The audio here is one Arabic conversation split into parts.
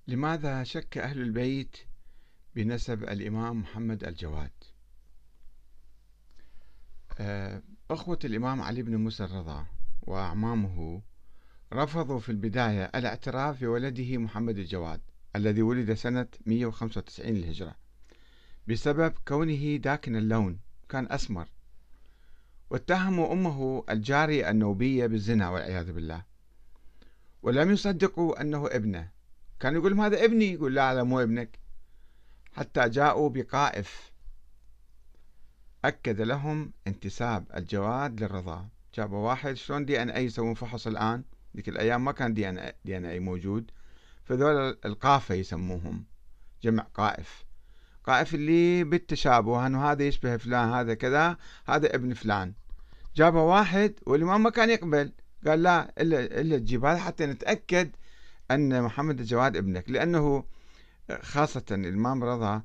لماذا شك أهل البيت بنسب الإمام محمد الجواد؟ أخوة الإمام علي بن موسى الرضا وأعمامه رفضوا في البداية الاعتراف بولده محمد الجواد الذي ولد سنة 195 للهجرة بسبب كونه داكن اللون، كان أسمر، واتهموا أمه الجارية النوبية بالزنا والعياذ بالله، ولم يصدقوا أنه ابنه. كان يقول هذا ابني، يقول لا هذا مو ابنك، حتى جاءوا بقائف أكد لهم انتساب الجواد للرضا. جابوا واحد، شلون دي ان اي يسوون فحص الآن، ذيك الأيام ما كان دي ان اي موجود، فذول القافة يسموهم، جمع قائف، قائف اللي بالتشابه انه هذا يشبه فلان، هذا كذا، هذا ابن فلان. جابوا واحد والإمام ما كان يقبل، قال لا إلا تجيب هذا حتى نتأكد أن محمد الجواد ابنك، لأنه خاصة الإمام رضا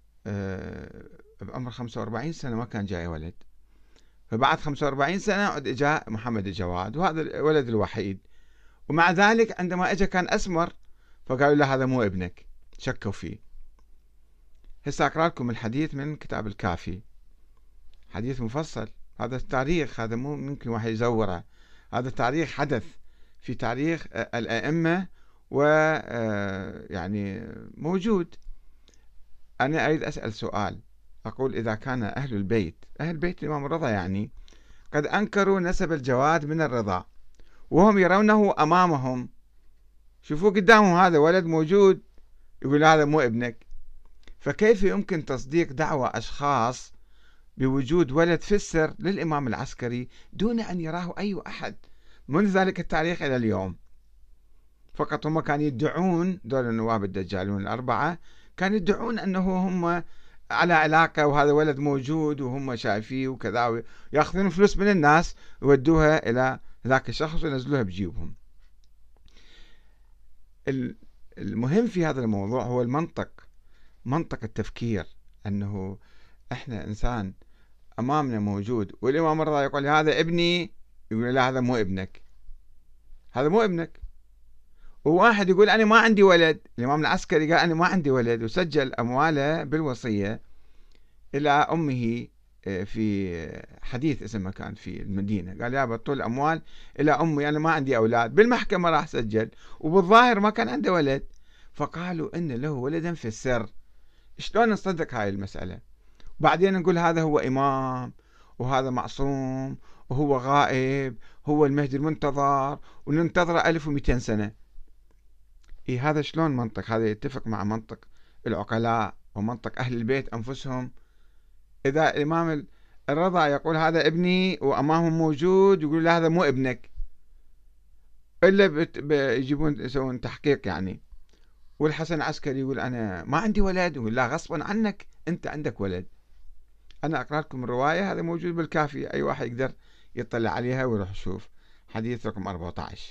بعمر 45 سنة ما كان جاي ولد، فبعد 45 سنة جاء محمد الجواد وهذا الولد الوحيد، ومع ذلك عندما اجى كان أسمر، فقالوا لا هذا مو ابنك، شكوا فيه. هسه أقرأ لكم الحديث من كتاب الكافي، حديث مفصل، هذا التاريخ، هذا مو ممكن واحد يزوره، هذا تاريخ حدث في تاريخ الأئمة ويعني موجود. أنا أريد أسأل سؤال، أقول إذا كان أهل بيت الإمام الرضا يعني قد أنكروا نسب الجواد من الرضا وهم يرونه أمامهم، شوفوا قدامهم هذا ولد موجود، يقول هذا مو ابنك، فكيف يمكن تصديق دعوى أشخاص بوجود ولد في السر للإمام العسكري دون أن يراه أي أحد منذ ذلك التاريخ إلى اليوم؟ فقط هم كانوا يدعون، دول النواب الدجالون الأربعة كانوا يدعون أنه هم على علاقة وهذا ولد موجود وهم شايفيه وكذا، يأخذون فلوس من الناس يودوها إلى ذاك الشخص وينزلوها بجيوبهم. المهم في هذا الموضوع هو المنطق، منطق التفكير، أنه إحنا إنسان أمامنا موجود والإمام الرضا يقول هذا ابني، يقول لا هذا مو ابنك، هذا مو ابنك. وواحد يقول أنا ما عندي ولد، الإمام العسكري قال أنا ما عندي ولد، وسجل أمواله بالوصية إلى أمه في حديث اسمه كان في المدينة، قال يا بطل الأموال إلى أمي، أنا ما عندي أولاد، بالمحكمة راح سجل وبالظاهر ما كان عنده ولد، فقالوا إن له ولدا في السر. شلون نصدق هاي المسألة؟ بعدين نقول هذا هو إمام وهذا معصوم وهو غائب، هو المهدي المنتظر وننتظره 1200 سنة. هذا شلون منطق؟ هذا يتفق مع منطق العقلاء ومنطق أهل البيت أنفسهم؟ إذا الإمام الرضا يقول هذا ابني وأمامهم موجود، يقول لا هذا مو ابنك، إلا بيجيبون يسوون تحقيق يعني. والحسن العسكري يقول أنا ما عندي ولد، يقول لا غصبا عنك أنت عندك ولد. أنا أقرأ لكم الرواية، هذا موجود بالكافي، أي واحد يقدر يطلع عليها ويروح يشوف، حديث رقم 14.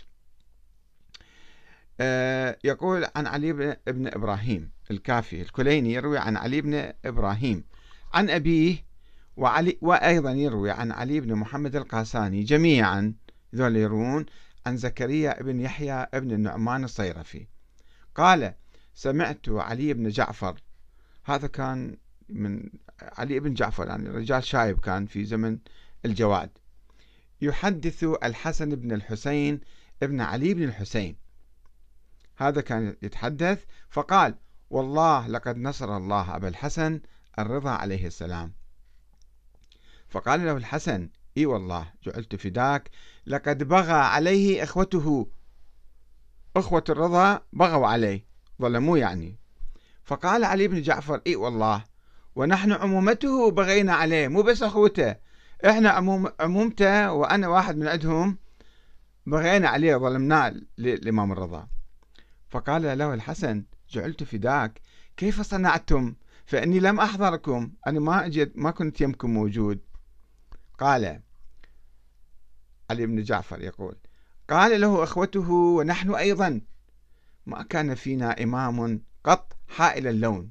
يقول عن علي بن إبراهيم، الكافي الكليني يروي عن علي بن إبراهيم عن أبيه، وأيضا يروي عن علي بن محمد القاساني، جميعا ذول يروون عن زكريا بن يحيى بن النعمان الصيرفي قال سمعت علي بن جعفر، هذا كان من علي بن جعفر يعني رجال شايب كان في زمن الجواد، يحدث الحسن بن الحسين ابن علي بن الحسين، هذا كان يتحدث، فقال والله لقد نصر الله أبا الحسن الرضا عليه السلام. فقال له الحسن اي والله جعلت فداك، لقد بغى عليه اخوته، اخوة الرضا بغوا عليه، ظلموه يعني. فقال علي بن جعفر اي والله ونحن عمومته بغينا عليه، مو بس اخوته، احنا عمومته وانا واحد من عندهم، بغينا عليه ظلمناه للامام الرضا. فقال له الحسن جعلت فداك، كيف صنعتم؟ فاني لم احضركم، انا ما اجيت، ما كنت يمكم موجود. قال علي بن جعفر يقول قال له اخوته ونحن ايضا ما كان فينا امام قط حائل اللون،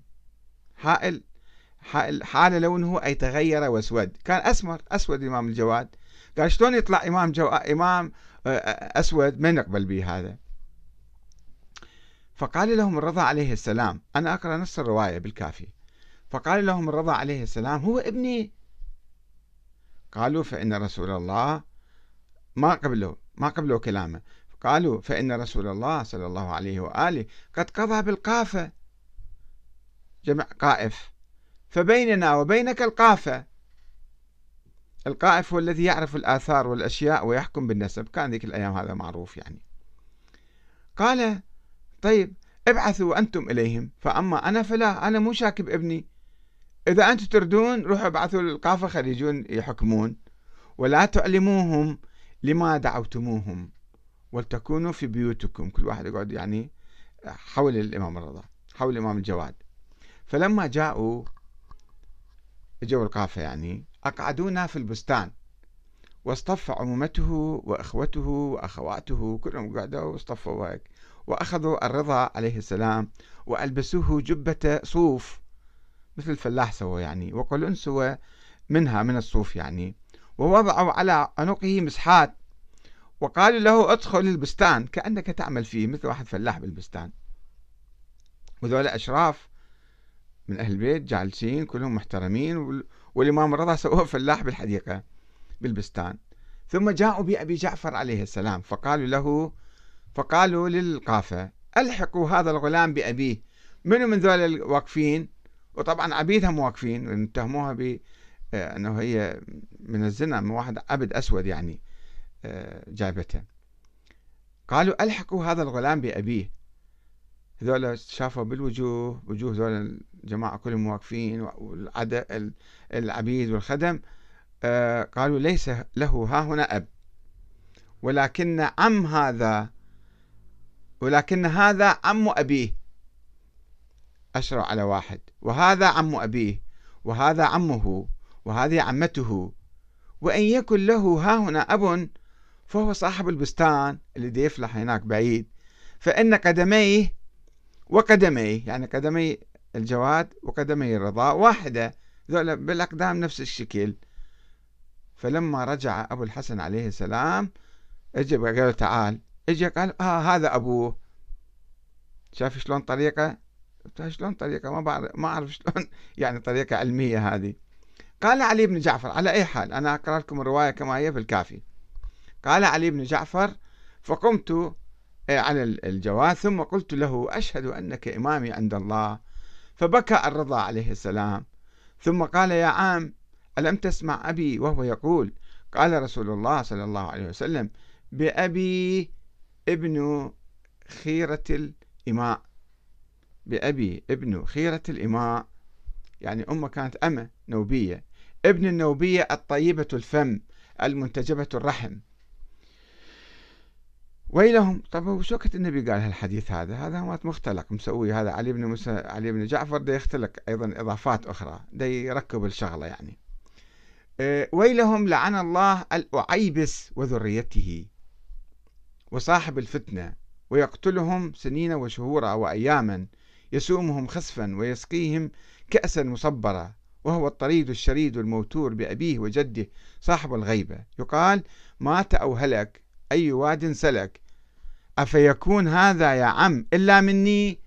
حال لونه أي تغير واسود، كان أسود الإمام الجواد، قال شلون يطلع إمام أسود، ما نقبل به هذا. فقال لهم الرضا عليه السلام، أنا أقرأ نص الرواية بالكافي، فقال لهم الرضا عليه السلام: هو ابني. قالوا: فإن رسول الله ما قبلوا كلامه. قالوا: فإن رسول الله صلى الله عليه وآله قد قضى بالقافة، جمع قائف، فبيننا وبينك القافة. القائف هو الذي يعرف الآثار والأشياء ويحكم بالنسب، كان ذيك الأيام هذا معروف يعني. قال: طيب ابعثوا أنتم إليهم، فأما أنا فلا، أنا مو شاكب ابني، إذا أنتم تردون روحوا ابعثوا القافة خليجون يحكمون، ولا تعلموهم لما دعوتموهم ولتكونوا في بيوتكم. كل واحد يقعد يعني حول الإمام الرضا، حول الإمام الجواد. فلما جاءوا القافة يعني أقعدونا في البستان، واصطف عمومته وأخوته وأخواته كلهم قعدوا واصطفوا هيك، وأخذوا الرضا عليه السلام وألبسوه جبة صوف مثل الفلاح سوى يعني، وقلن سوى منها من الصوف يعني، ووضعوا على عنقه مسحات، وقالوا له: ادخل البستان كأنك تعمل فيه، مثل واحد فلاح بالبستان. وذولا أشراف من أهل البيت جالسين كلهم محترمين، والإمام الرضا سواه فلاح بالحديقة بالبستان. ثم جاءوا بأبي جعفر عليه السلام فقالوا للقافة: ألحقوا هذا الغلام بأبيه. منو من ذولا الواقفين؟ وطبعا عبيدهم واقفين، اتهموها بأنه هي من الزنا، من واحد عبد أسود يعني جابته. قالوا: ألحقوا هذا الغلام بأبيه. هذول شافوا بالوجوه، وجوه ذول الجماعة كلهم واقفين، العبيد والخدم، قالوا: ليس له ها هنا أب، ولكن هذا عم أبيه. أشروا على واحد: وهذا عم أبيه، وهذا عمه، وهذه عمته، وإن يكن له ها هنا أب فهو صاحب البستان اللي دي يفلح هناك بعيد، فإن قدميه وقدميه، يعني قدمي الجواد وقدمي الرضا واحدة، ذولا بالأقدام نفس الشكل. فلما رجع أبو الحسن عليه السلام اجى قال: تعال. اجى قال: هذا أبوه. شاف شلون طريقة؟ ما أعرف شلون يعني طريقة علمية هذه. قال علي بن جعفر، على أي حال أنا أقرأ لكم الرواية كما هي في الكافي. قال علي بن جعفر: فقمت على الجواد ثم قلت له: أشهد أنك إمامي عند الله. فبكى الرضا عليه السلام، ثم قال: يا عام، ألم تسمع أبي وهو يقول: قال رسول الله صلى الله عليه وسلم: بأبي ابن خيرة الإماء. بأبي ابن خيرة الإماء، يعني أمه كانت أمة نوبية، ابن النوبية الطيبة الفم المنتجبة الرحم. ويلهم. طب وش وقت النبي قال هالحديث هذا هو مختلق مسوي، هذا علي بن جعفر ده يختلق أيضا إضافات أخرى، ده يركب الشغلة يعني. ويلهم لعن الله الأعيبس وذريته وصاحب الفتنة، ويقتلهم سنين وشهورا وأياما، يسومهم خسفا ويسقيهم كأسا مصبرا، وهو الطريد الشريد الموتور بأبيه وجده صاحب الغيبة. يقال: مات أو هلك أي واد سلك، أفيكون هذا يا عم إلا مني؟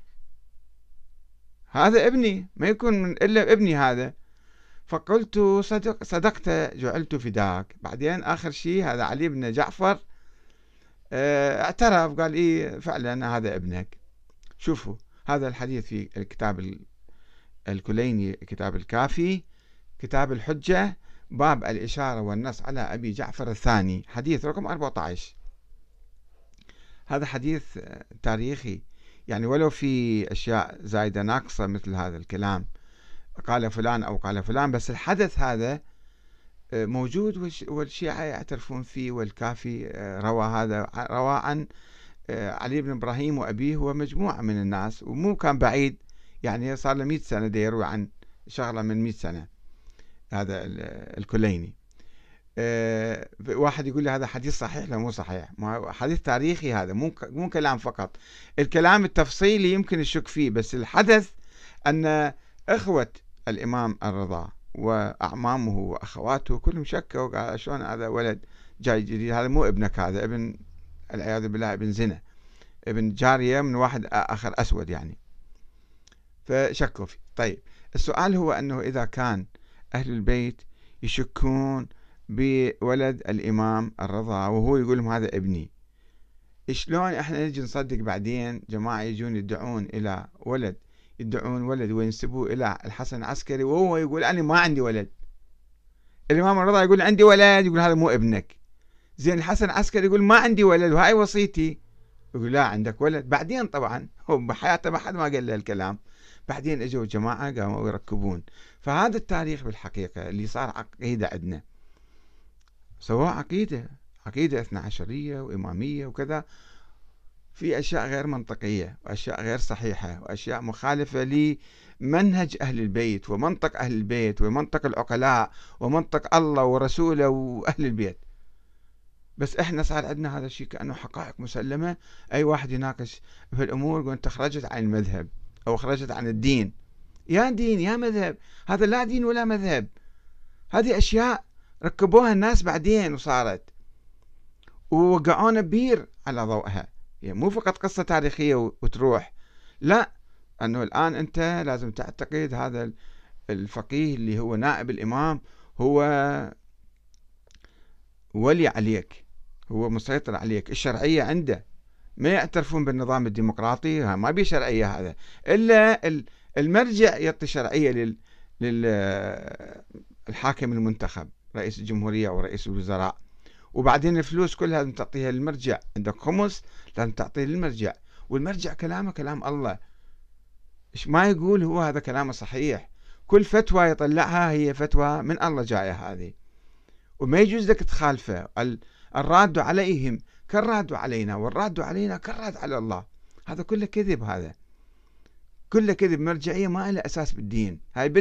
هذا ابني، ما يكون إلا ابني هذا. فقلت: صدقت جعلت فداك. بعدين آخر شيء هذا علي بن جعفر اعترف، قال: إيه فعلا هذا ابنك. شوفوا هذا الحديث في الكتاب الكليني، كتاب الكافي، كتاب الحجة، باب الإشارة والنص على أبي جعفر الثاني، حديث رقم 14. هذا حديث تاريخي يعني، ولو في أشياء زايدة ناقصة مثل هذا الكلام قال فلان أو قال فلان، بس الحدث هذا موجود والشيعة يعترفون فيه. والكافي روى عن علي بن إبراهيم وأبيه ومجموعة من الناس، ومو كان بعيد يعني، صار له 100 سنة دي يروي عن شغلة من 100 سنة هذا الكليني. واحد يقول لي هذا حديث صحيح؟ لا مو صحيح، حديث تاريخي هذا، مو كلام فقط. الكلام التفصيلي يمكن الشك فيه، بس الحدث أن إخوة الإمام الرضا وأعمامه وأخواته كلهم شكوا وقالوا: شلون هذا ولد جاي جديد، هذا مو ابنك، هذا ابن العياذ بالله ابن زنا. ابن جارية من واحد آخر أسود يعني، فشكوا فيه. طيب السؤال هو أنه إذا كان أهل البيت يشكون بولد الإمام الرضا وهو يقول لهم هذا ابني، شلون احنا نجي نصدق بعدين جماعة يجون يدعون إلى ولد، يدعون ولد وينسبوه إلى الحسن العسكري وهو يقول أنا ما عندي ولد. الإمام الرضا يقول عندي ولد، يقول هذا مو ابنك. زين الحسن العسكري يقول ما عندي ولد وهاي وصيتي، يقول لا عندك ولد. بعدين طبعا هو بحياته ما حد ما قال له الكلام، بعدين اجوا جماعة قاموا يركبون. فهذا التاريخ بالحقيقة اللي صار عقيدة عندنا، سواء عقيدة 12 وإمامية وكذا، في أشياء غير منطقية وأشياء غير صحيحة وأشياء مخالفة لمنهج أهل البيت ومنطق أهل البيت ومنطق العقلاء ومنطق الله ورسوله وأهل البيت. بس إحنا صار عندنا هذا الشيء كأنه حقائق مسلمة، أي واحد يناقش في الأمور يقول أنت خرجت عن المذهب أو خرجت عن الدين. يا دين يا مذهب، هذا لا دين ولا مذهب، هذه أشياء ركبوها الناس بعدين وصارت ووقعونا بير على ضوءها، يعني مو فقط قصة تاريخية وتروح، لا، أنه الآن أنت لازم تعتقد هذا الفقيه اللي هو نائب الإمام هو ولي عليك، هو مسيطر عليك، الشرعية عنده، ما يعترفون بالنظام الديمقراطي، ما بيه شرعية هذا، إلا المرجع يعطي شرعية للحاكم المنتخب رئيس الجمهورية ورئيس الوزراء، وبعدين الفلوس كلها لازم تعطيها للمرجع، عندك خمس لازم تعطيه للمرجع، والمرجع كلامه كلام الله، إيش ما يقول هو هذا كلامه صحيح، كل فتوى يطلعها هي فتوى من الله جاية هذه، وما يجوز لك تخالفه. الراد عليهم كالراد علينا والراد علينا كالراد على الله، هذا كله كذب، هذا كله كذب، مرجعية ما لها أساس بالدين، هاي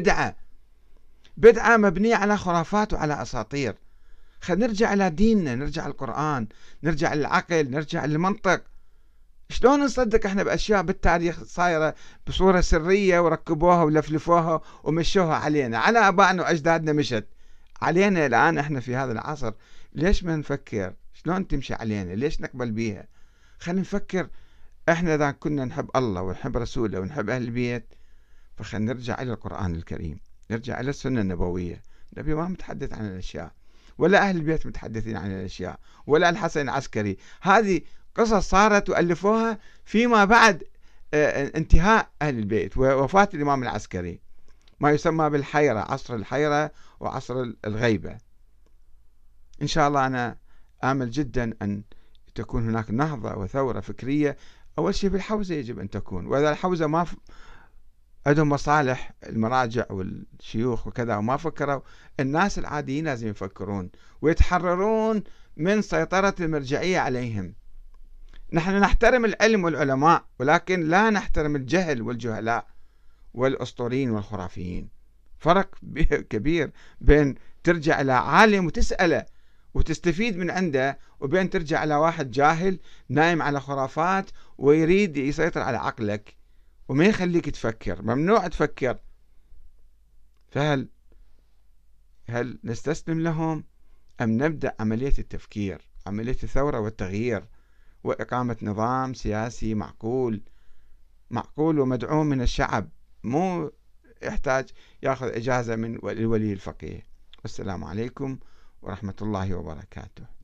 بدعة مبنية على خرافات وعلى أساطير. خلينا نرجع إلى ديننا، نرجع القرآن، نرجع للعقل، نرجع للمنطق. شلون نصدق احنا بأشياء بالتاريخ صايرة بصورة سرية وركبوها ولفلفوها ومشوها علينا، على آبائنا وأجدادنا مشت علينا، الآن احنا في هذا العصر ليش ما نفكر شلون تمشي علينا، ليش نقبل بيها؟ خلينا نفكر احنا إذا كنا نحب الله ونحب رسوله ونحب أهل البيت، فخلينا نرجع إلى القرآن الكريم، نرجع إلى السنة النبوية. النبي ما متحدث عن الأشياء، ولا أهل البيت متحدثين عن الأشياء، ولا الحسن العسكري، هذه قصص صارت وألفوها فيما بعد انتهاء أهل البيت ووفاة الإمام العسكري، ما يسمى بالحيرة، عصر الحيرة وعصر الغيبة. إن شاء الله أنا آمل جدا أن تكون هناك نهضة وثورة فكرية، أول شيء بالحوزة يجب أن تكون، وإذا الحوزة ما عندهم مصالح المراجع والشيوخ وكذا وما فكروا، الناس العاديين لازم يفكرون ويتحررون من سيطرة المرجعية عليهم. نحن نحترم العلم والعلماء، ولكن لا نحترم الجهل والجهلاء والأسطوريين والخرافيين. فرق كبير بين ترجع إلى عالم وتسأله وتستفيد من عنده، وبين ترجع إلى واحد جاهل نايم على خرافات ويريد يسيطر على عقلك وما يخليك تفكر، ممنوع تفكر. فهل نستسلم لهم أم نبدأ عملية التفكير، عملية الثورة والتغيير وإقامة نظام سياسي معقول ومدعوم من الشعب، مو يحتاج يأخذ إجازة من الولي الفقيه. والسلام عليكم ورحمة الله وبركاته.